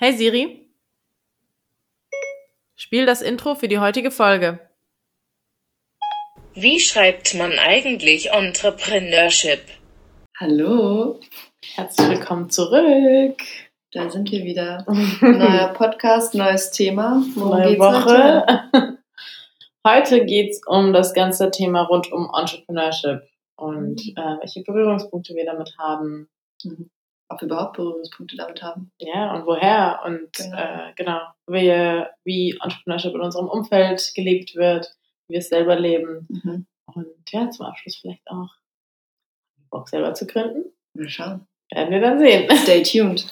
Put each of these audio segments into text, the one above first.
Hey Siri, spiel das Intro für die heutige Folge. Wie schreibt man eigentlich Entrepreneurship? Hallo, Herzlich willkommen zurück. da sind wir wieder. Neuer Podcast, neues Thema. Worum Neue geht's Woche. heute? Heute geht es um das ganze Thema rund um Entrepreneurship und welche Berührungspunkte wir damit haben. Ob wir überhaupt Berührungspunkte damit haben. Ja, und woher und Genau. wie Entrepreneurship in unserem Umfeld gelebt wird, wie wir es selber leben. Und ja, zum Abschluss vielleicht auch Bock selber zu gründen. Mal schauen. Werden wir dann sehen. Stay tuned.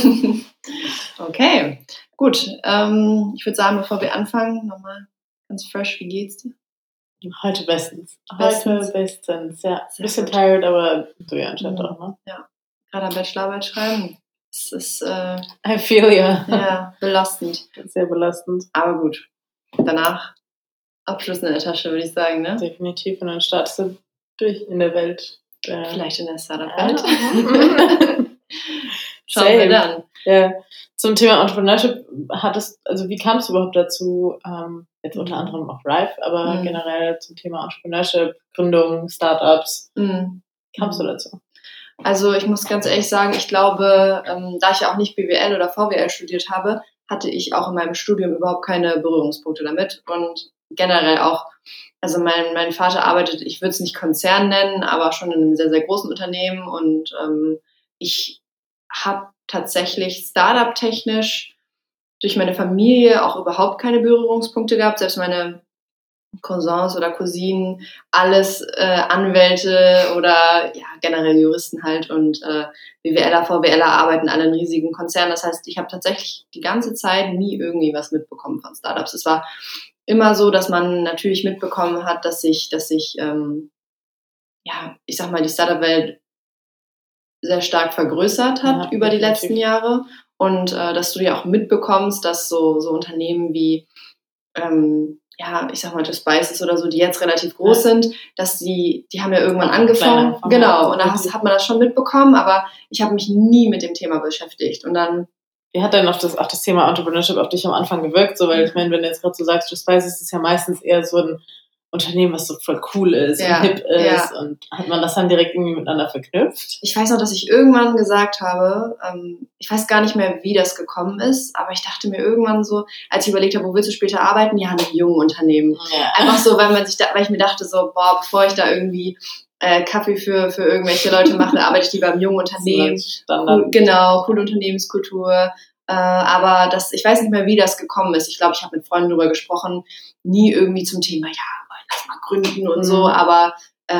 Okay, gut. Ich würde sagen, bevor wir anfangen, nochmal ganz fresh, wie geht's dir? Heute bestens. Bestens. Heute bestens, ja. Ein Sehr bisschen gut. tired, aber du ja anscheinend auch, ne? Ja, gerade am Bachelorarbeit schreiben. Es ist I feel ya. ja, belastend. Sehr belastend. Aber gut. Danach Abschluss in der Tasche, würde ich sagen, ne? Definitiv. Und dann startest du durch in der Welt. Vielleicht in der Startup-Welt. Schauen Same. wir dann. Ja. Zum Thema Entrepreneurship wie kam es überhaupt dazu, jetzt unter anderem auch Rife, aber generell zum Thema Entrepreneurship, Gründung, Startups, kamst du dazu? Also ich muss ganz ehrlich sagen, ich glaube, da ich ja auch nicht BWL oder VWL studiert habe, hatte ich auch in meinem Studium überhaupt keine Berührungspunkte damit und generell auch, also mein Vater arbeitet, ich würde es nicht Konzern nennen, aber schon in einem sehr, sehr großen Unternehmen und ich habe tatsächlich Startup-technisch durch meine Familie auch überhaupt keine Berührungspunkte gehabt, selbst meine Cousins oder Cousinen, alles Anwälte oder ja generell Juristen halt und BWLer, VWLer arbeiten alle in riesigen Konzernen. Das heißt, ich habe tatsächlich die ganze Zeit nie irgendwie was mitbekommen von Startups. Es war immer so, dass man natürlich mitbekommen hat, dass sich ich sag mal, die Startup-Welt sehr stark vergrößert hat über die letzten Jahre und dass du ja auch mitbekommst, dass so Unternehmen wie ich sag mal Just Spices oder so, die jetzt relativ groß sind, dass die haben ja irgendwann angefangen. Genau, und da hat man das schon mitbekommen, aber ich habe mich nie mit dem Thema beschäftigt. Und dann... Wie hat denn auch das Thema Entrepreneurship auf dich am Anfang gewirkt? So, weil ich meine, wenn du jetzt gerade so sagst, Just Spices ist ja meistens eher so ein Unternehmen, was so voll cool ist und hip ist. Ja. Und hat man das dann direkt irgendwie miteinander verknüpft? Ich weiß noch, dass ich irgendwann gesagt habe, ich weiß gar nicht mehr, wie das gekommen ist, aber ich dachte mir irgendwann so, als ich überlegt habe, wo willst du später arbeiten? Ja, in einem jungen Unternehmen. Ja. Einfach so, weil ich mir dachte so, bevor ich da irgendwie Kaffee für irgendwelche Leute mache, arbeite ich lieber im jungen Unternehmen. Coole Unternehmenskultur. Aber ich weiß nicht mehr, wie das gekommen ist. Ich glaube, ich habe mit Freunden darüber gesprochen, nie irgendwie zum Thema, lass mal gründen und so, aber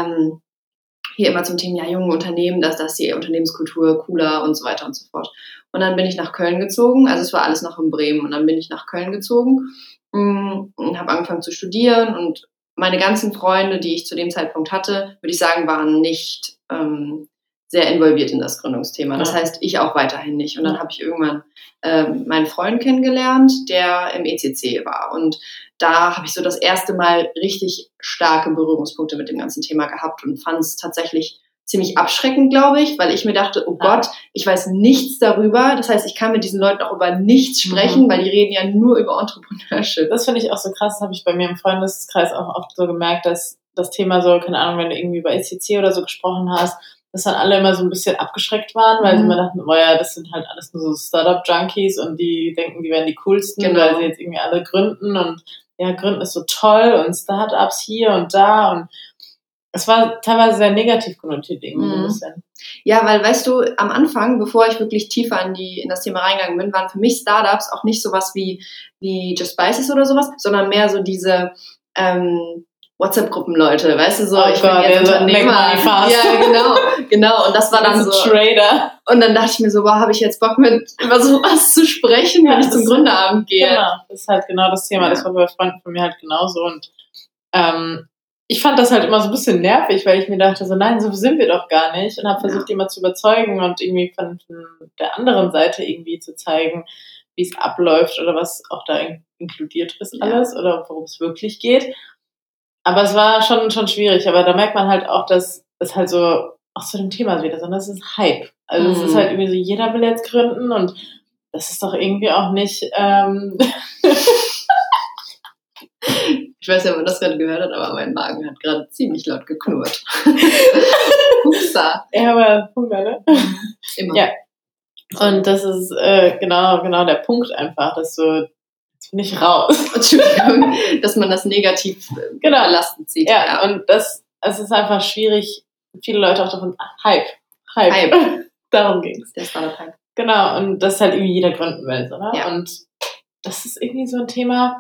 hier immer zum Thema, junge Unternehmen, dass die Unternehmenskultur cooler und so weiter und so fort. Und dann bin ich nach Köln gezogen, also es war alles noch in Bremen und dann bin ich nach Köln gezogen und habe angefangen zu studieren und meine ganzen Freunde, die ich zu dem Zeitpunkt hatte, würde ich sagen, waren nicht sehr involviert in das Gründungsthema. Das heißt, ich auch weiterhin nicht. Und dann habe ich irgendwann meinen Freund kennengelernt, der im ECC war. Und da habe ich so das erste Mal richtig starke Berührungspunkte mit dem ganzen Thema gehabt und fand es tatsächlich ziemlich abschreckend, glaube ich, weil ich mir dachte, oh Gott, ich weiß nichts darüber. Das heißt, ich kann mit diesen Leuten auch über nichts sprechen, weil die reden ja nur über Entrepreneurship. Das finde ich auch so krass, das habe ich bei mir im Freundeskreis auch oft so gemerkt, dass das Thema so, keine Ahnung, wenn du irgendwie über ECC oder so gesprochen hast, dass dann alle immer so ein bisschen abgeschreckt waren, weil sie immer dachten, das sind halt alles nur so Startup-Junkies und die denken, die wären die coolsten, weil sie jetzt irgendwie alle gründen und ja, gründen ist so toll und Startups hier und da und es war teilweise sehr negativ konnotiert irgendwie ein bisschen. Ja, weil, weißt du, am Anfang, bevor ich wirklich tiefer in das Thema reingegangen bin, waren für mich Startups auch nicht sowas wie Just Spices oder sowas, sondern mehr so diese WhatsApp-Gruppen-Leute, weißt du, so, ich bin jetzt Unternehmer. Ja, genau. Und das war dann so Trader. Und dann dachte ich mir so, habe ich jetzt Bock über sowas zu sprechen, wenn ich zum Gründerabend gehe. Genau, das ist halt genau das Thema. Ja. Das war bei Freunden von mir halt genauso. Und ich fand das halt immer so ein bisschen nervig, weil ich mir dachte, so nein, so sind wir doch gar nicht. Und habe versucht, die mal zu überzeugen und irgendwie von der anderen Seite irgendwie zu zeigen, wie es abläuft oder was auch da inkludiert ist alles oder worum es wirklich geht. Aber es war schon schwierig. Aber da merkt man halt auch, dass es halt so auch zu dem Thema wieder, sondern es ist Hype. Also es ist halt irgendwie so, jeder will jetzt gründen und das ist doch irgendwie auch nicht... Ich weiß ja, ob man das gerade gehört hat, aber mein Magen hat gerade ziemlich laut geknurrt. Hupsa. Ja, aber Hunger, ne? Immer. Ja. Und das ist genau der Punkt einfach, dass du, jetzt bin ich raus. Entschuldigung, dass man das negativ belastend sieht. Ja, und es ist einfach schwierig, viele Leute auch davon, Hype. Darum ging's. Der Startup-Hype. Genau, und das halt irgendwie jeder gründen will, oder? Ja. Und das ist irgendwie so ein Thema,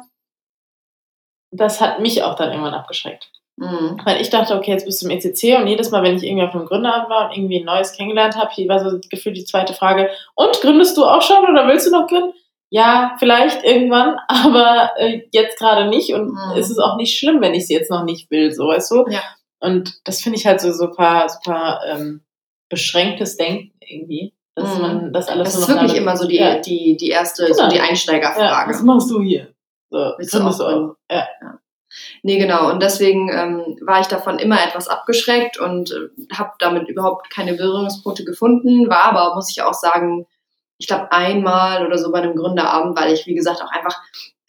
das hat mich auch dann irgendwann abgeschreckt. Mhm. Weil ich dachte, okay, jetzt bist du im ECC und jedes Mal, wenn ich irgendwie auf einem Gründerabend war und irgendwie ein Neues kennengelernt habe, hier war so gefühlt die zweite Frage, und gründest du auch schon oder willst du noch gründen? Ja, vielleicht irgendwann, aber jetzt gerade nicht und es ist auch nicht schlimm, wenn ich es jetzt noch nicht will, so, weißt du? Ja. Und das finde ich halt so super beschränktes Denken irgendwie, dass man das alles das nur ist noch wirklich immer so die erste, Genau. so die Einsteigerfrage. Was machst du hier? So, Willst du auch gründen? Ja. Nee, genau. Und deswegen war ich davon immer etwas abgeschreckt und habe damit überhaupt keine Berührungspunkte gefunden. War aber, muss ich auch sagen, ich glaube einmal oder so bei einem Gründerabend, weil ich, wie gesagt, auch einfach,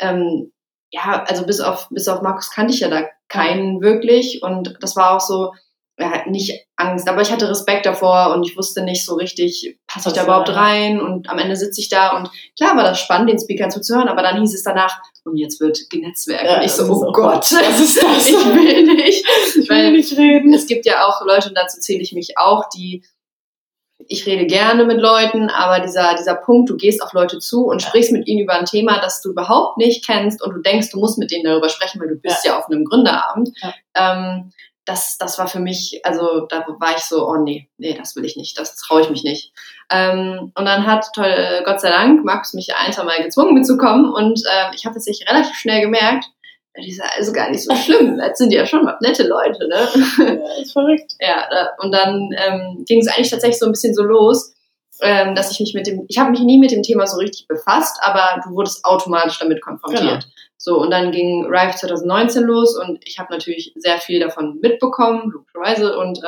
also bis auf Markus kannte ich ja da keinen wirklich. Und das war auch so, nicht Angst, aber ich hatte Respekt davor und ich wusste nicht so richtig, passe ich da überhaupt rein, und am Ende sitze ich da und klar war das spannend, den Speakern zuzuhören, aber dann hieß es danach, und jetzt wird genetzwerkt. Ja, und ich so, oh Gott, was ist das? Ich will nicht reden. Es gibt ja auch Leute, und dazu zähle ich mich auch, ich rede gerne mit Leuten, aber dieser Punkt, du gehst auf Leute zu und sprichst mit ihnen über ein Thema, das du überhaupt nicht kennst und du denkst, du musst mit denen darüber sprechen, weil du bist ja auf einem Gründerabend. Ja. Das war für mich, also da war ich so, oh nee, das will ich nicht, das traue ich mich nicht. Und dann hat, Gott sei Dank, Markus mich ein, zwei Mal gezwungen mitzukommen und ich habe tatsächlich relativ schnell gemerkt, das ist also gar nicht so schlimm, jetzt sind die ja schon mal nette Leute, ne? Ja, ist verrückt. Ja, und dann ging es eigentlich tatsächlich so ein bisschen so los, dass ich habe mich nie mit dem Thema so richtig befasst, aber du wurdest automatisch damit konfrontiert. Genau. So, und dann ging Rife 2019 los und ich habe natürlich sehr viel davon mitbekommen, logischerweise, und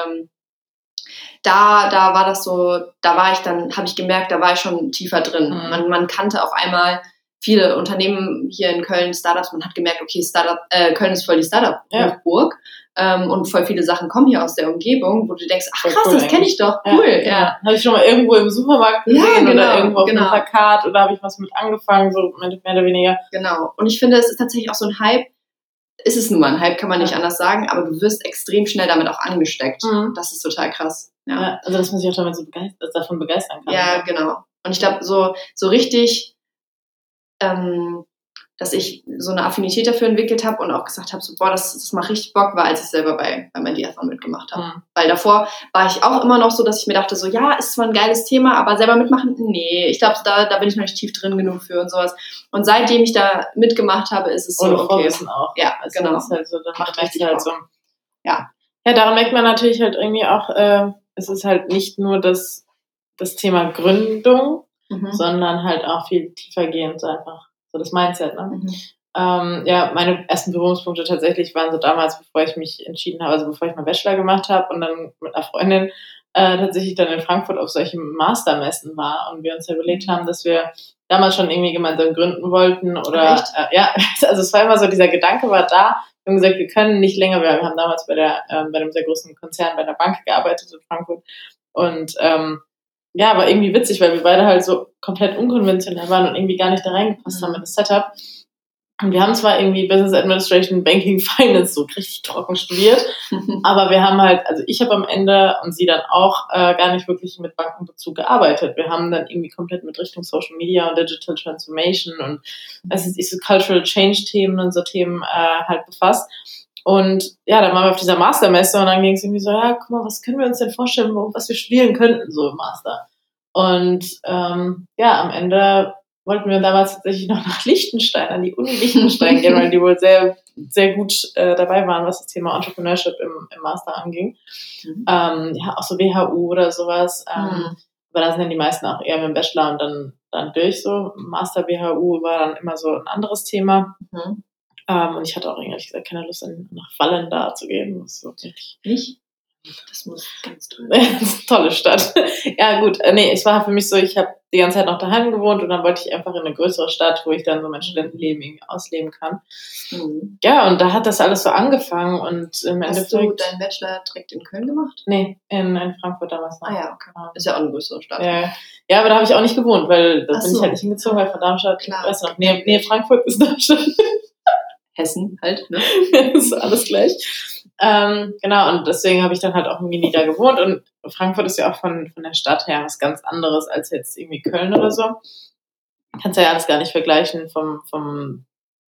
da war das so, habe ich gemerkt, da war ich schon tiefer drin. Mhm. Man kannte auf einmal viele Unternehmen hier in Köln, Startups, man hat gemerkt, okay, Köln ist voll die Startup-Hochburg. Und voll viele Sachen kommen hier aus der Umgebung, wo du denkst, ach krass, cool, das kenne ich doch, cool. Ja. Habe ich schon mal irgendwo im Supermarkt gesehen oder irgendwo auf einem Plakat oder habe ich was mit angefangen, so mehr oder weniger. Genau. Und ich finde, es ist tatsächlich auch so ein Hype. Ist es nun mal ein Hype, kann man nicht anders sagen, aber du wirst extrem schnell damit auch angesteckt. Mhm. Das ist total krass. Ja. Also, dass man sich auch damit davon begeistern kann. Ja, genau. Und ich glaube, so richtig, dass ich so eine Affinität dafür entwickelt habe und auch gesagt habe, so, boah, das macht richtig Bock, war, als ich selber bei meinem Diathlon mitgemacht habe. Mhm. Weil davor war ich auch immer noch so, dass ich mir dachte, so, ja, ist zwar ein geiles Thema, aber selber mitmachen, nee, ich glaube, da bin ich noch nicht tief drin genug für und sowas. Und seitdem ich da mitgemacht habe, ist es so, okay. Auch. Ja, also genau. Das ist halt so, dann macht richtig halt Bock. So. Ja. Ja, daran merkt man natürlich halt irgendwie auch, es ist halt nicht nur das Thema Gründung, sondern halt auch viel tiefergehend einfach. So das Mindset, ne? Mhm. Meine ersten Berührungspunkte tatsächlich waren so damals, bevor ich mich entschieden habe, also bevor ich meinen Bachelor gemacht habe und dann mit einer Freundin tatsächlich dann in Frankfurt auf solchen Mastermessen war und wir uns ja überlegt haben, dass wir damals schon irgendwie gemeinsam gründen wollten oder also es war immer so, dieser Gedanke war da, wir haben gesagt, wir können nicht länger, wir haben damals bei einem sehr großen Konzern bei einer Bank gearbeitet in Frankfurt und war irgendwie witzig, weil wir beide halt so komplett unkonventionell waren und irgendwie gar nicht da reingepasst haben in das Setup. Und wir haben zwar irgendwie Business Administration, Banking, Finance so richtig trocken studiert, aber wir haben halt, also ich habe am Ende und sie dann auch gar nicht wirklich mit Bankenbezug gearbeitet. Wir haben dann irgendwie komplett mit Richtung Social Media und Digital Transformation und so Cultural Change Themen und so Themen halt befasst. Und ja, dann waren wir auf dieser Mastermesse und dann ging es irgendwie so, ja, guck mal, was können wir uns denn vorstellen, was wir studieren könnten, so im Master. Und am Ende wollten wir damals tatsächlich noch nach Liechtenstein, an die Uni Liechtenstein gehen, weil die wohl sehr, sehr gut dabei waren, was das Thema Entrepreneurship im Master anging. Auch so WHU oder sowas. Aber da sind dann die meisten auch eher mit dem Bachelor und dann durch so. Master WHU war dann immer so ein anderes Thema. Und ich hatte auch ehrlich gesagt keine Lust, nach Vallendar zu gehen. Das ist so nicht. Das muss ganz toll sein. Tolle Stadt. Ja, gut. Nee, es war für mich so, ich habe die ganze Zeit noch daheim gewohnt und dann wollte ich einfach in eine größere Stadt, wo ich dann so mein Studentenleben irgendwie ausleben kann. Ja, und da hat das alles so angefangen und im Hast Endeffekt... du deinen Bachelor direkt in Köln gemacht? Nee, in Frankfurt damals noch. Ah ja, okay. Ist ja auch eine größere Stadt. Ja, aber da habe ich auch nicht gewohnt, weil da bin so. ich halt nicht hingezogen, weil von Darmstadt, Klar. weißt du noch, nee, Frankfurt ist Darmstadt. Hessen halt, ne? Ist alles gleich. Genau, und deswegen habe ich dann halt auch irgendwie nie da gewohnt und Frankfurt ist ja auch von der Stadt her was ganz anderes als jetzt irgendwie Köln oder so. Kannst ja alles gar nicht vergleichen vom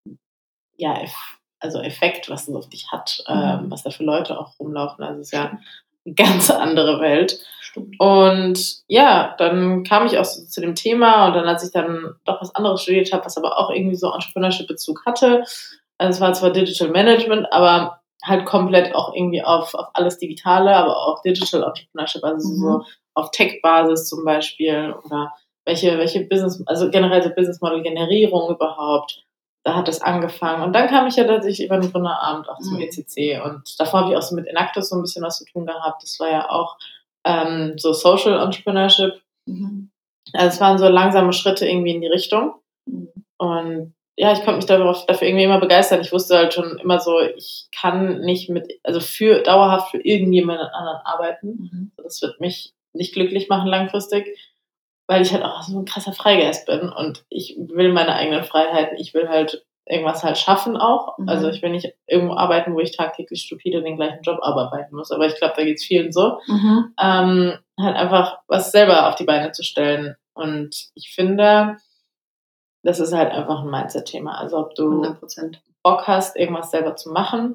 Effekt, was das auf dich hat, was da für Leute auch rumlaufen. Also es ist ja eine ganz andere Welt. Stimmt. Und ja, dann kam ich auch so zu dem Thema und dann, als ich dann doch was anderes studiert habe, was aber auch irgendwie so Entrepreneurship-Bezug hatte, also es war zwar Digital Management, aber halt komplett auch irgendwie auf alles Digitale, aber auch Digital Entrepreneurship, also so auf Tech-Basis zum Beispiel oder welche Business, also generell so Business Model Generierung überhaupt. Da hat das angefangen. Und dann kam ich ja tatsächlich über den Gründerabend auch zum ECC. Und davor habe ich auch so mit Enactus so ein bisschen was zu tun gehabt. Das war ja auch so Social Entrepreneurship. Also es waren so langsame Schritte irgendwie in die Richtung. Und ja, ich konnte mich dafür irgendwie immer begeistern. Ich wusste halt schon immer so, ich kann nicht dauerhaft für irgendjemanden anderen arbeiten. Das wird mich nicht glücklich machen langfristig, weil ich halt auch so ein krasser Freigeist bin und ich will meine eigenen Freiheiten. Ich will halt irgendwas halt schaffen auch. Also ich will nicht irgendwo arbeiten, wo ich tagtäglich stupide den gleichen Job arbeiten muss. Aber ich glaube, da geht's vielen so. Halt einfach was selber auf die Beine zu stellen. Und ich finde, das ist halt einfach ein Mindset-Thema. Also ob du 100%. Bock hast, irgendwas selber zu machen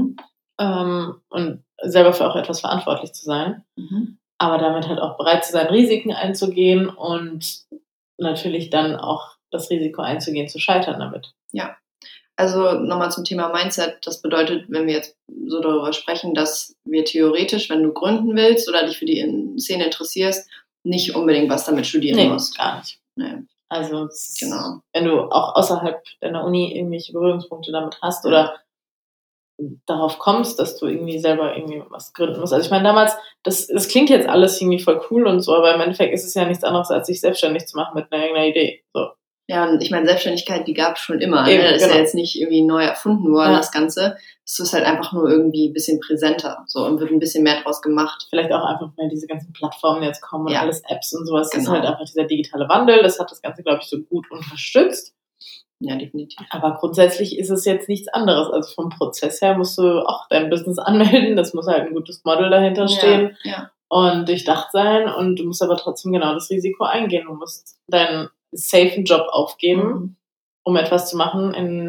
und selber für auch etwas verantwortlich zu sein, aber damit halt auch bereit zu sein, Risiken einzugehen und natürlich dann auch das Risiko einzugehen, zu scheitern damit. Ja, also nochmal zum Thema Mindset. Das bedeutet, wenn wir jetzt so darüber sprechen, dass wir theoretisch, wenn du gründen willst oder dich für die Szene interessierst, nicht unbedingt was damit studieren musst. Gar nicht. Nee. Also wenn du auch außerhalb deiner Uni irgendwelche Berührungspunkte damit hast oder darauf kommst, dass du irgendwie selber irgendwie was gründen musst. Also ich meine, damals, das klingt jetzt alles irgendwie voll cool und so, aber im Endeffekt ist es ja nichts anderes, als sich selbstständig zu machen mit irgendeiner Idee. So. Ja, und ich meine, Selbstständigkeit, die gab es schon immer. Eben, ne? Das ist ja jetzt nicht irgendwie neu erfunden worden, das Ganze. Es ist halt einfach nur irgendwie ein bisschen präsenter so und wird ein bisschen mehr draus gemacht. Vielleicht auch einfach, weil diese ganzen Plattformen jetzt kommen und alles Apps und sowas. Das ist halt einfach dieser digitale Wandel. Das hat das Ganze, glaube ich, so gut unterstützt. Ja, definitiv. Aber grundsätzlich ist es jetzt nichts anderes. Also vom Prozess her musst du auch dein Business anmelden. Das muss halt ein gutes Model dahinter stehen und durchdacht sein. Und du musst aber trotzdem genau das Risiko eingehen. Du musst deinen safen Job aufgeben, um etwas zu machen,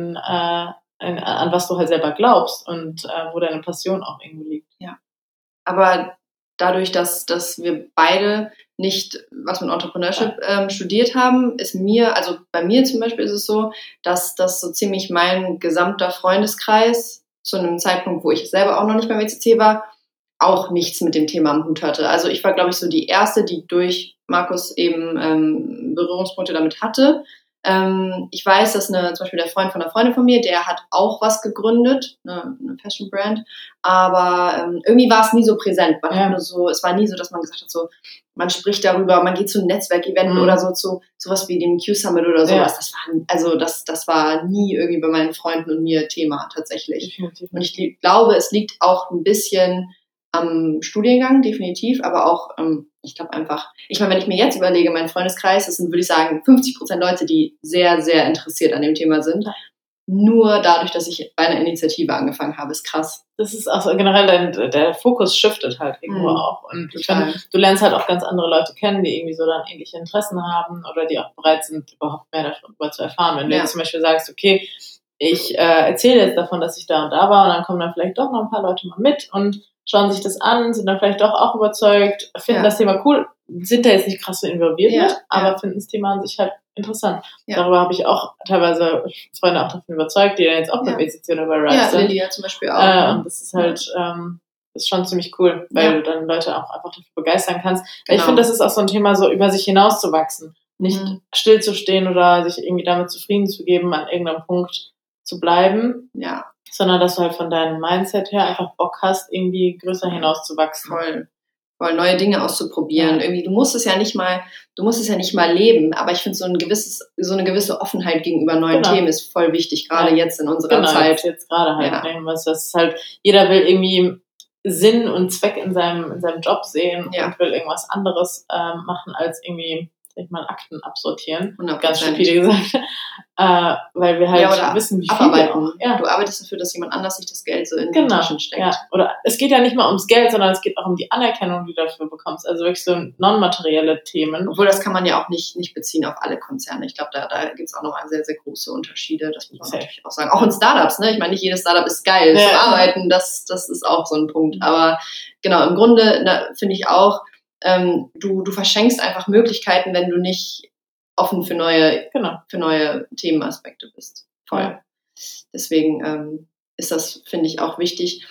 an was du halt selber glaubst und wo deine Passion auch irgendwo liegt. Ja, aber dadurch, dass wir beide nicht was mit Entrepreneurship studiert haben, ist also bei mir zum Beispiel ist es so, dass das so ziemlich mein gesamter Freundeskreis zu einem Zeitpunkt, wo ich selber auch noch nicht beim ECC war, auch nichts mit dem Thema am Hut hatte. Also ich war, glaube ich, so die Erste, die durch Markus eben Berührungspunkte damit hatte. Ich weiß, dass zum Beispiel der Freund von einer Freundin von mir, der hat auch was gegründet, eine Fashion-Brand, aber irgendwie war es nie so präsent. Es war nie so, dass man gesagt hat, so, man spricht darüber, man geht zu einem Netzwerkevent oder so, zu sowas wie dem Q-Summit oder sowas. Das war nie irgendwie bei meinen Freunden und mir Thema tatsächlich. Und ich glaube, es liegt auch ein bisschen am Studiengang, definitiv, aber auch, ich glaube einfach, wenn ich mir jetzt überlege, mein Freundeskreis, das sind, würde ich sagen, 50% Leute, die sehr, sehr interessiert an dem Thema sind. Nur dadurch, dass ich bei einer Initiative angefangen habe, ist krass. Das ist auch so generell, der Fokus shiftet halt irgendwo auch. Und ich finde, du lernst halt auch ganz andere Leute kennen, die irgendwie so dann ähnliche Interessen haben oder die auch bereit sind, überhaupt mehr darüber zu erfahren. Wenn du jetzt zum Beispiel sagst, okay, ich erzähle jetzt davon, dass ich da und da war und dann kommen dann vielleicht doch noch ein paar Leute mal mit und schauen sich das an, sind dann vielleicht doch auch überzeugt, finden das Thema cool, sind da jetzt nicht krass so involviert mit, aber finden das Thema an sich halt interessant. Darüber habe ich auch teilweise Freunde auch davon überzeugt, die dann jetzt auch mit ECC oder bei Rise sind. Ja, Lilia zum Beispiel auch. Und das ist halt das ist schon ziemlich cool, weil du dann Leute auch einfach dafür begeistern kannst. Weil ich finde, das ist auch so ein Thema, so über sich hinauszuwachsen. Nicht stillzustehen oder sich irgendwie damit zufrieden zu geben, an irgendeinem Punkt zu bleiben. Ja. Sondern dass du halt von deinem Mindset her einfach Bock hast, irgendwie größer hinauszuwachsen. Voll. neue Dinge auszuprobieren. Irgendwie, du musst es ja nicht mal leben, aber ich finde so eine gewisse Offenheit gegenüber neuen Themen ist voll wichtig, gerade jetzt in unserer Zeit. Jetzt gerade halt, das ist halt, jeder will irgendwie Sinn und Zweck in seinem Job sehen und will irgendwas anderes machen als irgendwie, sag ich mal, Akten absortieren. 100%. Ganz stupide gesagt. Weil wir halt wissen, wie viel wir auch. Ja. Du arbeitest dafür, dass jemand anders sich das Geld so in die Taschen steckt. Ja. Oder es geht ja nicht mal ums Geld, sondern es geht auch um die Anerkennung, die du dafür bekommst. Also wirklich so non-materielle Themen. Obwohl, das kann man ja auch nicht beziehen auf alle Konzerne. Ich glaube, da gibt es auch nochmal sehr, sehr große Unterschiede. Das muss man natürlich auch sagen. Auch in Startups, ne? Ich meine, nicht jedes Startup ist geil zu arbeiten. Das ist auch so ein Punkt. Aber genau, im Grunde finde ich auch, du verschenkst einfach Möglichkeiten, wenn du nicht offen für neue Themenaspekte bist. Voll. Ja. Deswegen ist das, finde ich, auch wichtig,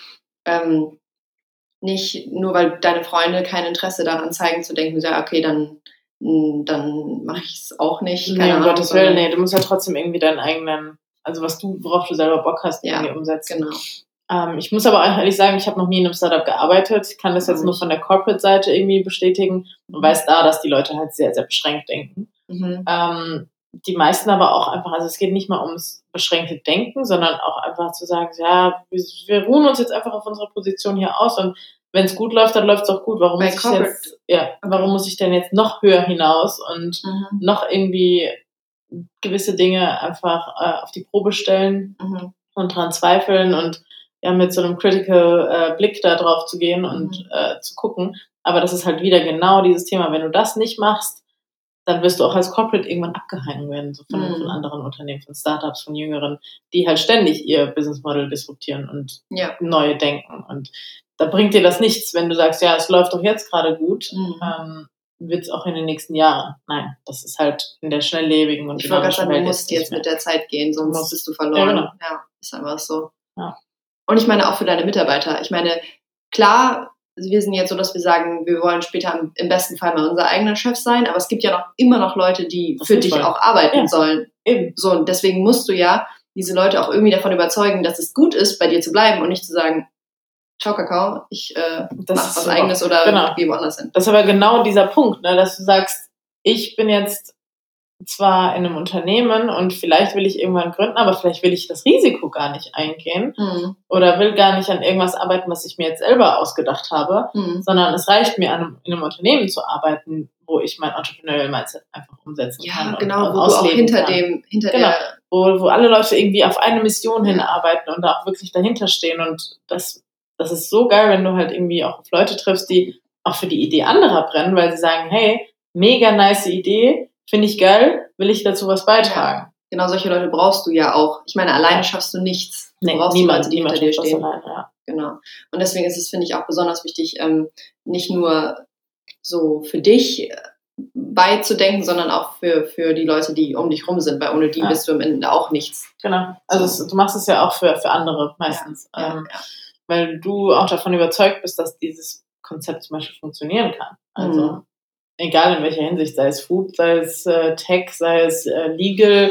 nicht nur, weil deine Freunde kein Interesse daran zeigen, zu denken, ja, okay, dann mache ich es auch nicht. Keine Ahnung, Gottes Willen, du musst ja trotzdem irgendwie deinen eigenen, also worauf du selber Bock hast, irgendwie umsetzen. Genau. Ich muss aber auch ehrlich sagen, ich habe noch nie in einem Startup gearbeitet. Ich kann das jetzt nur von der Corporate-Seite irgendwie bestätigen und weiß dass die Leute halt sehr, sehr beschränkt denken. Die meisten aber auch einfach, also es geht nicht mal ums beschränkte Denken, sondern auch einfach zu sagen, ja, wir ruhen uns jetzt einfach auf unserer Position hier aus und wenn es gut läuft, dann läuft es auch gut. Warum muss ich denn jetzt noch höher hinaus und noch irgendwie gewisse Dinge einfach auf die Probe stellen und dran zweifeln und mit so einem critical Blick da drauf zu gehen und zu gucken. Aber das ist halt wieder genau dieses Thema. Wenn du das nicht machst, dann wirst du auch als Corporate irgendwann abgehangen werden, so von anderen Unternehmen, von Startups, von Jüngeren, die halt ständig ihr Business Model disruptieren und neue denken. Und da bringt dir das nichts, wenn du sagst, ja, es läuft doch jetzt gerade gut, wird es auch in den nächsten Jahren. Nein, das ist halt in der schnelllebigen und dynamischen Welt. Du musst jetzt mit der Zeit gehen, sonst bist du verloren. Ja, genau. Ist einfach so. Ja. Und ich meine auch für deine Mitarbeiter. Ich meine, klar, wir sind jetzt so, dass wir sagen, wir wollen später im besten Fall mal unser eigener Chef sein, aber es gibt ja immer noch Leute, die für dich auch arbeiten sollen. Eben. So, und deswegen musst du ja diese Leute auch irgendwie davon überzeugen, dass es gut ist, bei dir zu bleiben und nicht zu sagen, ciao Kakao, ich mach was Eigenes oder geh woanders hin. Das ist aber genau dieser Punkt, ne, dass du sagst, ich bin jetzt zwar in einem Unternehmen und vielleicht will ich irgendwann gründen, aber vielleicht will ich das Risiko gar nicht eingehen oder will gar nicht an irgendwas arbeiten, was ich mir jetzt selber ausgedacht habe, sondern es reicht mir, in einem Unternehmen zu arbeiten, wo ich mein Entrepreneurial Mindset einfach umsetzen kann. Ja, genau, wo du auch hinter wo alle Leute irgendwie auf eine Mission hinarbeiten und da auch wirklich dahinter stehen und das ist so geil, wenn du halt irgendwie auch auf Leute triffst, die auch für die Idee anderer brennen, weil sie sagen, hey, mega nice Idee, finde ich geil, will ich dazu was beitragen. Genau, solche Leute brauchst du ja auch. Ich meine, alleine schaffst du nichts. Du brauchst Leute, die hinter dir stehen. Alleine, Genau. Und deswegen ist es, finde ich, auch besonders wichtig, nicht nur so für dich beizudenken, sondern auch für die Leute, die um dich rum sind, weil ohne die bist du am Ende auch nichts. Genau. Also du machst es ja auch für andere meistens. Weil du auch davon überzeugt bist, dass dieses Konzept zum Beispiel funktionieren kann. Also egal in welcher Hinsicht, sei es Food, sei es Tech, sei es Legal,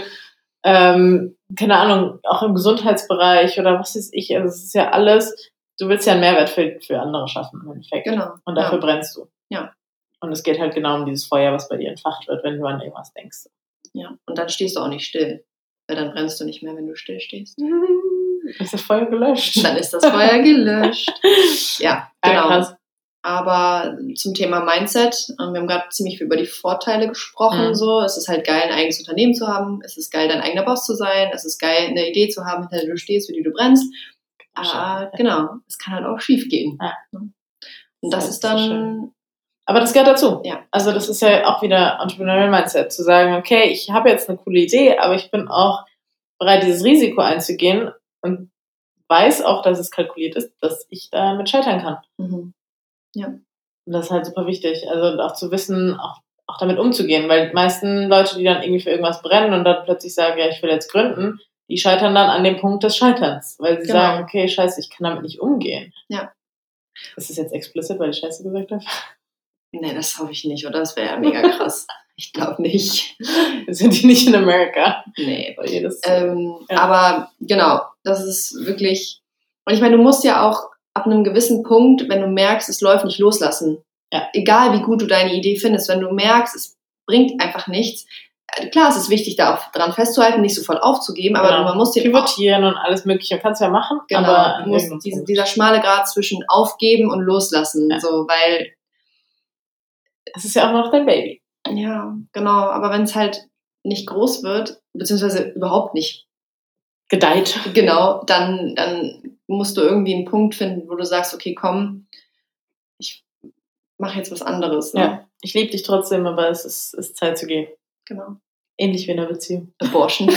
keine Ahnung, auch im Gesundheitsbereich oder was weiß ich, also es ist ja alles, du willst ja einen Mehrwert für andere schaffen im Endeffekt. Genau. Und dafür brennst du. Ja. Und es geht halt genau um dieses Feuer, was bei dir entfacht wird, wenn du an irgendwas denkst. Ja, und dann stehst du auch nicht still, weil dann brennst du nicht mehr, wenn du still stehst. Ist das Feuer gelöscht? Dann ist das Feuer gelöscht. Ja, genau. Krass. Aber zum Thema Mindset, wir haben gerade ziemlich viel über die Vorteile gesprochen. So. Es ist halt geil, ein eigenes Unternehmen zu haben. Es ist geil, dein eigener Boss zu sein. Es ist geil, eine Idee zu haben, hinter der du stehst, für die du brennst. Aber genau, es kann halt auch schief gehen. Ja. Und das ist dann... So, aber das gehört dazu. Ja. Also das ist ja auch wieder Entrepreneurial Mindset, zu sagen, okay, ich habe jetzt eine coole Idee, aber ich bin auch bereit, dieses Risiko einzugehen und weiß auch, dass es kalkuliert ist, dass ich damit scheitern kann. Ja. Und das ist halt super wichtig. Also auch zu wissen, auch damit umzugehen, weil die meisten Leute, die dann irgendwie für irgendwas brennen und dann plötzlich sagen, ja, ich will jetzt gründen, die scheitern dann an dem Punkt des Scheiterns, weil sie sagen, okay, scheiße, ich kann damit nicht umgehen. Ja. Ist das jetzt explicit, weil ich Scheiße gesagt habe? Nee, das hoffe ich nicht, oder? Das wäre ja mega krass. Ich glaube nicht. Sind die nicht in Amerika? Nee. Aber genau, das ist wirklich... Und ich meine, du musst ja auch ab einem gewissen Punkt, wenn du merkst, es läuft nicht, loslassen. egal wie gut du deine Idee findest, wenn du merkst, es bringt einfach nichts. Klar, es ist wichtig, da auch dran festzuhalten, nicht sofort aufzugeben, aber man muss den pivotieren und alles Mögliche, kannst du ja machen. Genau, aber du musst dieser schmale Grad zwischen aufgeben und loslassen, so, weil es ist ja auch noch dein Baby. Ja, genau, aber wenn es halt nicht groß wird, beziehungsweise überhaupt nicht gedeiht, genau, dann musst du irgendwie einen Punkt finden, wo du sagst, okay, komm, ich mache jetzt was anderes. Ne? Ja, ich liebe dich trotzdem, aber es ist Zeit zu gehen. Genau. Ähnlich wie in einer Beziehung. Abortion.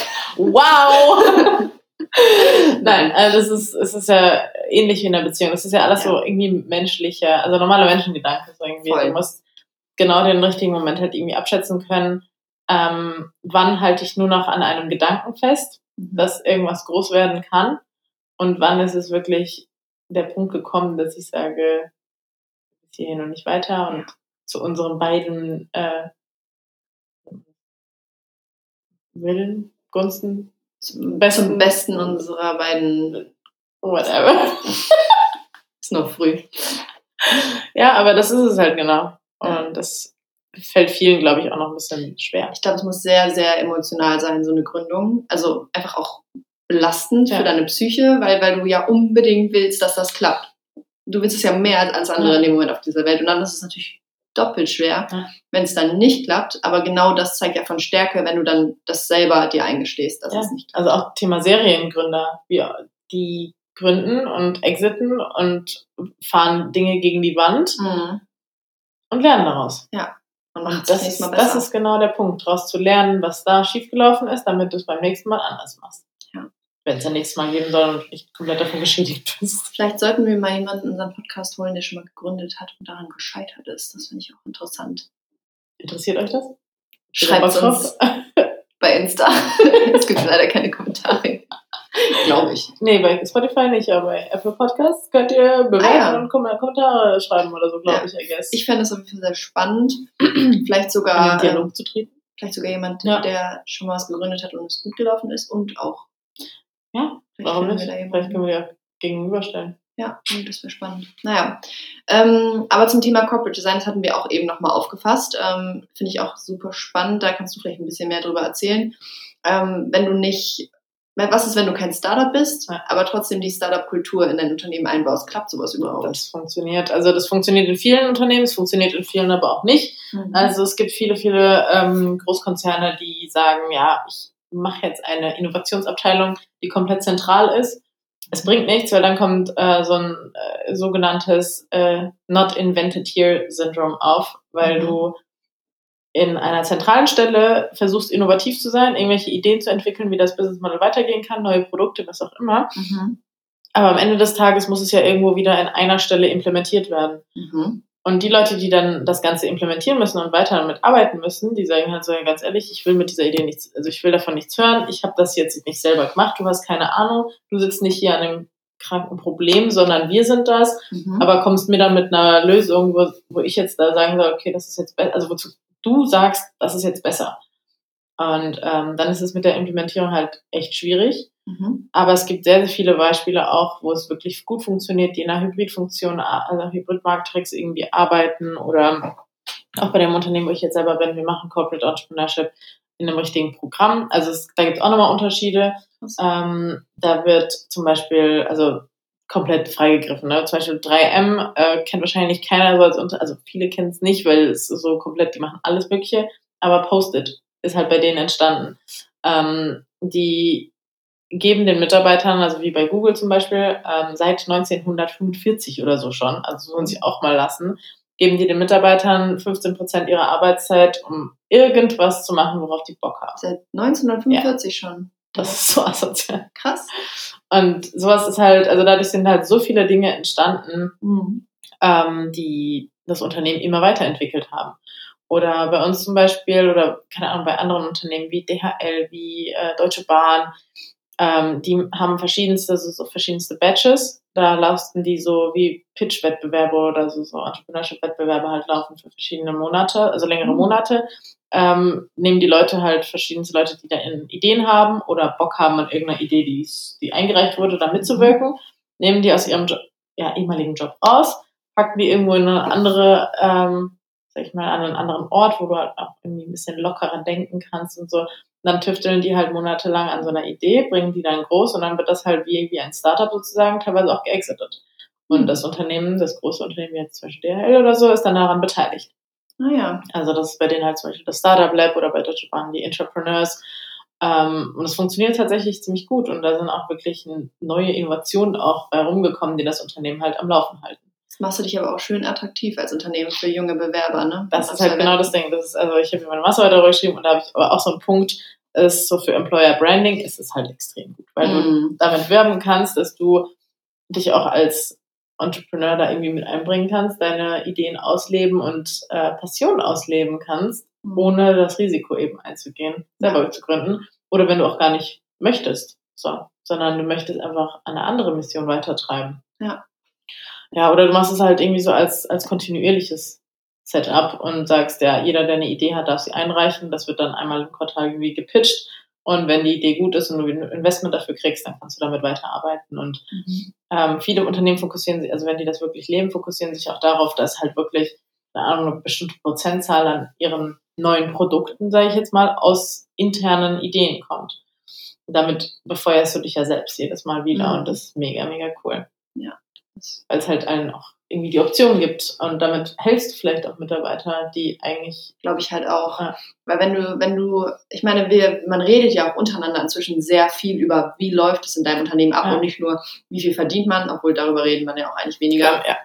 Wow! Nein, also es ist ja ähnlich wie in einer Beziehung. Es ist ja alles so irgendwie menschlicher, also normaler Menschengedanke. So irgendwie. Du musst genau den richtigen Moment halt irgendwie abschätzen können. Wann halte ich nur noch an einem Gedanken fest, dass irgendwas groß werden kann? Und wann ist es wirklich der Punkt gekommen, dass ich sage, bis hierhin und nicht weiter und zu unseren beiden Willen, Gunsten, zum Besten unserer beiden whatever. Ist noch früh. Ja, aber das ist es halt genau. Und das fällt vielen, glaube ich, auch noch ein bisschen schwer. Ich glaube, es muss sehr, sehr emotional sein, so eine Gründung. Also einfach auch belastend für deine Psyche, weil du ja unbedingt willst, dass das klappt. Du willst es ja mehr als alles andere in dem Moment auf dieser Welt. Und dann ist es natürlich doppelt schwer, wenn es dann nicht klappt. Aber genau das zeigt ja von Stärke, wenn du dann das selber dir eingestehst, dass es nicht klappt. Also auch Thema Seriengründer, die gründen und exiten und fahren Dinge gegen die Wand und lernen daraus. Ja. Und das ist genau der Punkt, daraus zu lernen, was da schiefgelaufen ist, damit du es beim nächsten Mal anders machst. Ja. Wenn es ein nächstes Mal geben soll und nicht komplett davon geschädigt bist. Vielleicht sollten wir mal jemanden in unseren Podcast holen, der schon mal gegründet hat und daran gescheitert ist. Das finde ich auch interessant. Interessiert euch das? Schreibt uns bei Insta. Es gibt leider keine Kommentare. Glaube ich. Nee, bei Spotify nicht, aber bei Apple Podcasts könnt ihr bewerten und Kommentare schreiben oder so, glaube ich, I guess. Ich fände es auf jeden Fall sehr spannend. Vielleicht sogar in den Dialog zu treten. Vielleicht sogar jemand, der schon mal was gegründet hat und es gut gelaufen ist und auch. Ja, warum nicht? Vielleicht können wir ja gegenüberstellen. Ja, das wäre spannend. Naja, aber zum Thema Corporate Design, das hatten wir auch eben nochmal aufgefasst. Finde ich auch super spannend. Da kannst du vielleicht ein bisschen mehr drüber erzählen. Was ist, wenn du kein Startup bist, aber trotzdem die Startup-Kultur in dein Unternehmen einbaust? Klappt sowas überhaupt? Das funktioniert. Also das funktioniert in vielen Unternehmen, es funktioniert in vielen aber auch nicht. Also es gibt viele Großkonzerne, die sagen, ja, ich mache jetzt eine Innovationsabteilung, die komplett zentral ist. Es bringt nichts, weil dann kommt so ein sogenanntes Not Invented Here-Syndrom auf, weil du in einer zentralen Stelle versuchst, innovativ zu sein, irgendwelche Ideen zu entwickeln, wie das Business Model weitergehen kann, neue Produkte, was auch immer. Aber am Ende des Tages muss es ja irgendwo wieder in einer Stelle implementiert werden. Und die Leute, die dann das Ganze implementieren müssen und weiter damit arbeiten müssen, die sagen halt so, ja, ganz ehrlich, ich will mit dieser Idee nichts, also ich will davon nichts hören, ich habe das jetzt nicht selber gemacht, du hast keine Ahnung, du sitzt nicht hier an einem kranken Problem, sondern wir sind das, aber kommst mir dann mit einer Lösung, wo ich jetzt da sagen soll, okay, das ist jetzt besser, also wozu du sagst, das ist jetzt besser. Und dann ist es mit der Implementierung halt echt schwierig. Aber es gibt sehr, sehr viele Beispiele auch, wo es wirklich gut funktioniert, die in einer Hybridfunktion, also Hybrid-Marketrix irgendwie arbeiten oder auch bei dem Unternehmen, wo ich jetzt selber bin, wir machen Corporate Entrepreneurship in einem richtigen Programm. Also da gibt es auch nochmal Unterschiede. Da wird zum Beispiel, also komplett freigegriffen. Ne? Zum Beispiel 3M kennt wahrscheinlich keiner, also viele kennen es nicht, weil es so komplett, die machen alles Mögliche, aber Post-it ist halt bei denen entstanden. Die geben den Mitarbeitern, also wie bei Google zum Beispiel, seit 1945 oder so schon, also sollen sie auch mal lassen, geben die den Mitarbeitern 15% ihrer Arbeitszeit, um irgendwas zu machen, worauf die Bock haben. Seit 1945 schon. Das ist so asozial. Krass. Und sowas ist halt, also dadurch sind halt so viele Dinge entstanden, die das Unternehmen immer weiterentwickelt haben. Oder bei uns zum Beispiel, oder keine Ahnung, bei anderen Unternehmen wie DHL, wie Deutsche Bahn, die haben verschiedenste Batches. Da lassen die so wie Pitch-Wettbewerbe oder so Entrepreneurship-Wettbewerbe halt laufen für verschiedene Monate, also längere Monate. Nehmen die Leute halt verschiedenste Leute, die da Ideen haben oder Bock haben an irgendeiner Idee, die eingereicht wurde, da mitzuwirken, nehmen die aus ihrem ehemaligen Job raus, packen die irgendwo in eine andere, sag ich mal, an einen anderen Ort, wo du halt auch irgendwie ein bisschen lockerer denken kannst und so. Und dann tüfteln die halt monatelang an so einer Idee, bringen die dann groß und dann wird das halt wie ein Startup sozusagen teilweise auch geexitet. Und das Unternehmen, das große Unternehmen, wie jetzt zum Beispiel DHL oder so, ist dann daran beteiligt. Naja. Also das ist bei denen halt zum Beispiel das Startup Lab oder bei Deutsche Bahn die Entrepreneurs. Und es funktioniert tatsächlich ziemlich gut und da sind auch wirklich neue Innovationen auch bei rumgekommen, die das Unternehmen halt am Laufen halten. Das machst du dich aber auch schön attraktiv als Unternehmen für junge Bewerber, ne? Das ist halt genau das Ding. Das ist, also ich habe mir meine Masterarbeit darüber geschrieben und da habe ich aber auch so einen Punkt, ist so für Employer Branding ist es halt extrem gut, weil du damit werben kannst, dass du dich auch als Entrepreneur da irgendwie mit einbringen kannst, deine Ideen ausleben und Passion ausleben kannst, ohne das Risiko eben einzugehen, selber zu gründen. Oder wenn du auch gar nicht möchtest, sondern du möchtest einfach eine andere Mission weitertreiben. Ja. Ja, oder du machst es halt irgendwie so als kontinuierliches Setup und sagst, ja, jeder, der eine Idee hat, darf sie einreichen. Das wird dann einmal im Quartal irgendwie gepitcht. Und wenn die Idee gut ist und du ein Investment dafür kriegst, dann kannst du damit weiterarbeiten. Und viele Unternehmen fokussieren sich, also wenn die das wirklich leben, fokussieren sich auch darauf, dass halt wirklich eine bestimmte Prozentzahl an ihren neuen Produkten, sage ich jetzt mal, aus internen Ideen kommt. Und damit befeuerst du dich ja selbst jedes Mal wieder und das ist mega, mega cool. Ja. Weil es halt allen auch irgendwie die Option gibt und damit hältst du vielleicht auch Mitarbeiter, die eigentlich... Glaube ich halt auch. Ja. Weil wenn du, ich meine, man redet ja auch untereinander inzwischen sehr viel über, wie läuft es in deinem Unternehmen ab und nicht nur, wie viel verdient man, obwohl darüber reden man ja auch eigentlich weniger. Ja.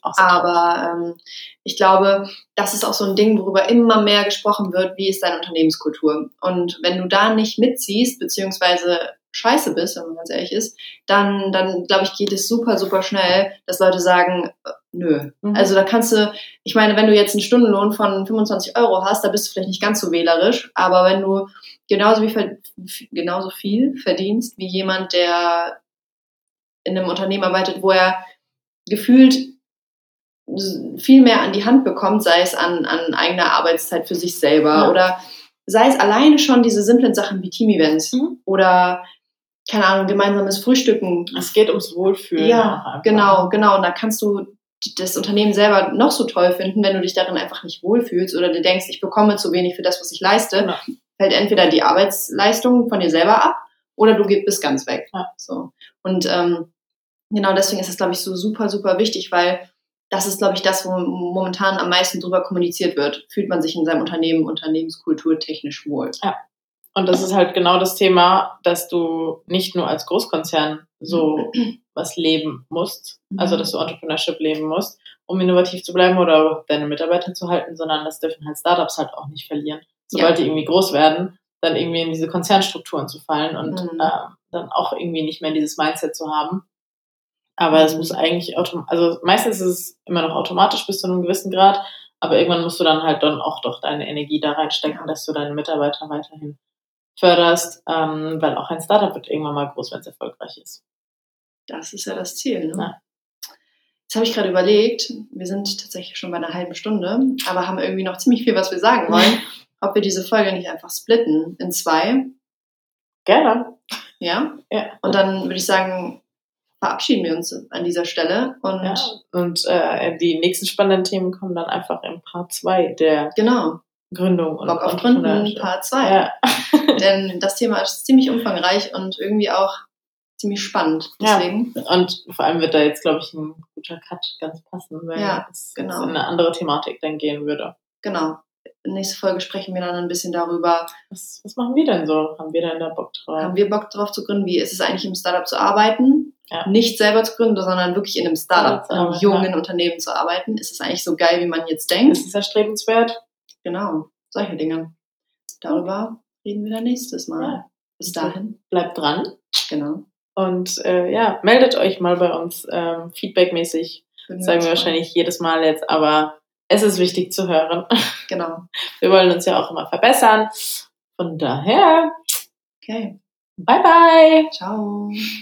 Aber ich glaube, das ist auch so ein Ding, worüber immer mehr gesprochen wird, wie ist deine Unternehmenskultur. Und wenn du da nicht mitziehst, beziehungsweise scheiße bist, wenn man ganz ehrlich ist, dann glaube ich, geht es super, super schnell, dass Leute sagen, nö. Also da kannst du, ich meine, wenn du jetzt einen Stundenlohn von 25 € hast, da bist du vielleicht nicht ganz so wählerisch, aber wenn du genauso viel verdienst wie jemand, der in einem Unternehmen arbeitet, wo er gefühlt viel mehr an die Hand bekommt, sei es an eigener Arbeitszeit für sich selber oder sei es alleine schon diese simplen Sachen wie Team-Events oder, keine Ahnung, gemeinsames Frühstücken. Es geht ums Wohlfühlen. Ja, genau. Und da kannst du das Unternehmen selber noch so toll finden, wenn du dich darin einfach nicht wohlfühlst oder du denkst, ich bekomme zu wenig für das, was ich leiste, fällt entweder die Arbeitsleistung von dir selber ab oder du bist ganz weg. Ja. So. Und genau deswegen ist es, glaube ich, so super, super wichtig, weil das ist, glaube ich, das, wo momentan am meisten drüber kommuniziert wird. Fühlt man sich in seinem Unternehmen Unternehmenskultur technisch wohl. Ja. Und das ist halt genau das Thema, dass du nicht nur als Großkonzern so was leben musst, also dass du Entrepreneurship leben musst, um innovativ zu bleiben oder deine Mitarbeiter zu halten, sondern das dürfen halt Startups halt auch nicht verlieren. Sobald die irgendwie groß werden, dann irgendwie in diese Konzernstrukturen zu fallen und dann auch irgendwie nicht mehr dieses Mindset zu haben. Aber es muss eigentlich also meistens ist es immer noch automatisch bis zu einem gewissen Grad, aber irgendwann musst du dann halt dann auch doch deine Energie da reinstecken, dass du deine Mitarbeiter weiterhin förderst, weil auch ein Startup wird irgendwann mal groß, wenn es erfolgreich ist. Das ist ja das Ziel, ne? Ja. Jetzt habe ich gerade überlegt, wir sind tatsächlich schon bei einer halben Stunde, aber haben irgendwie noch ziemlich viel, was wir sagen wollen, ob wir diese Folge nicht einfach splitten in 2. Gerne. Ja? Ja. Und dann würde ich sagen, verabschieden wir uns an dieser Stelle. Und die nächsten spannenden Themen kommen dann einfach im Part 2 der Gründung. Und Bock auf Gründen, Part 2. Ja. Denn das Thema ist ziemlich umfangreich und irgendwie auch ziemlich spannend. Deswegen. Ja. Und vor allem wird da jetzt, glaube ich, ein guter Cut ganz passen, weil es in eine andere Thematik dann gehen würde. Genau. Nächste Folge sprechen wir dann ein bisschen darüber. Was machen wir denn so? Haben wir denn da Bock drauf? Haben wir Bock drauf zu gründen? Wie ist es eigentlich, im Startup zu arbeiten? Ja. Nicht selber zu gründen, sondern wirklich in einem Startup, in einem jungen Unternehmen zu arbeiten. Ist es eigentlich so geil, wie man jetzt denkt? Ist es erstrebenswert? Genau, solche Dinge. Darüber reden wir dann nächstes Mal. Ja. Bis dahin. Bleibt dran. Genau. Und meldet euch mal bei uns feedbackmäßig. Sagen wir wahrscheinlich jedes Mal jetzt, aber es ist wichtig zu hören. Genau. Wir wollen uns ja auch immer verbessern. Von daher. Okay. Bye, bye. Ciao.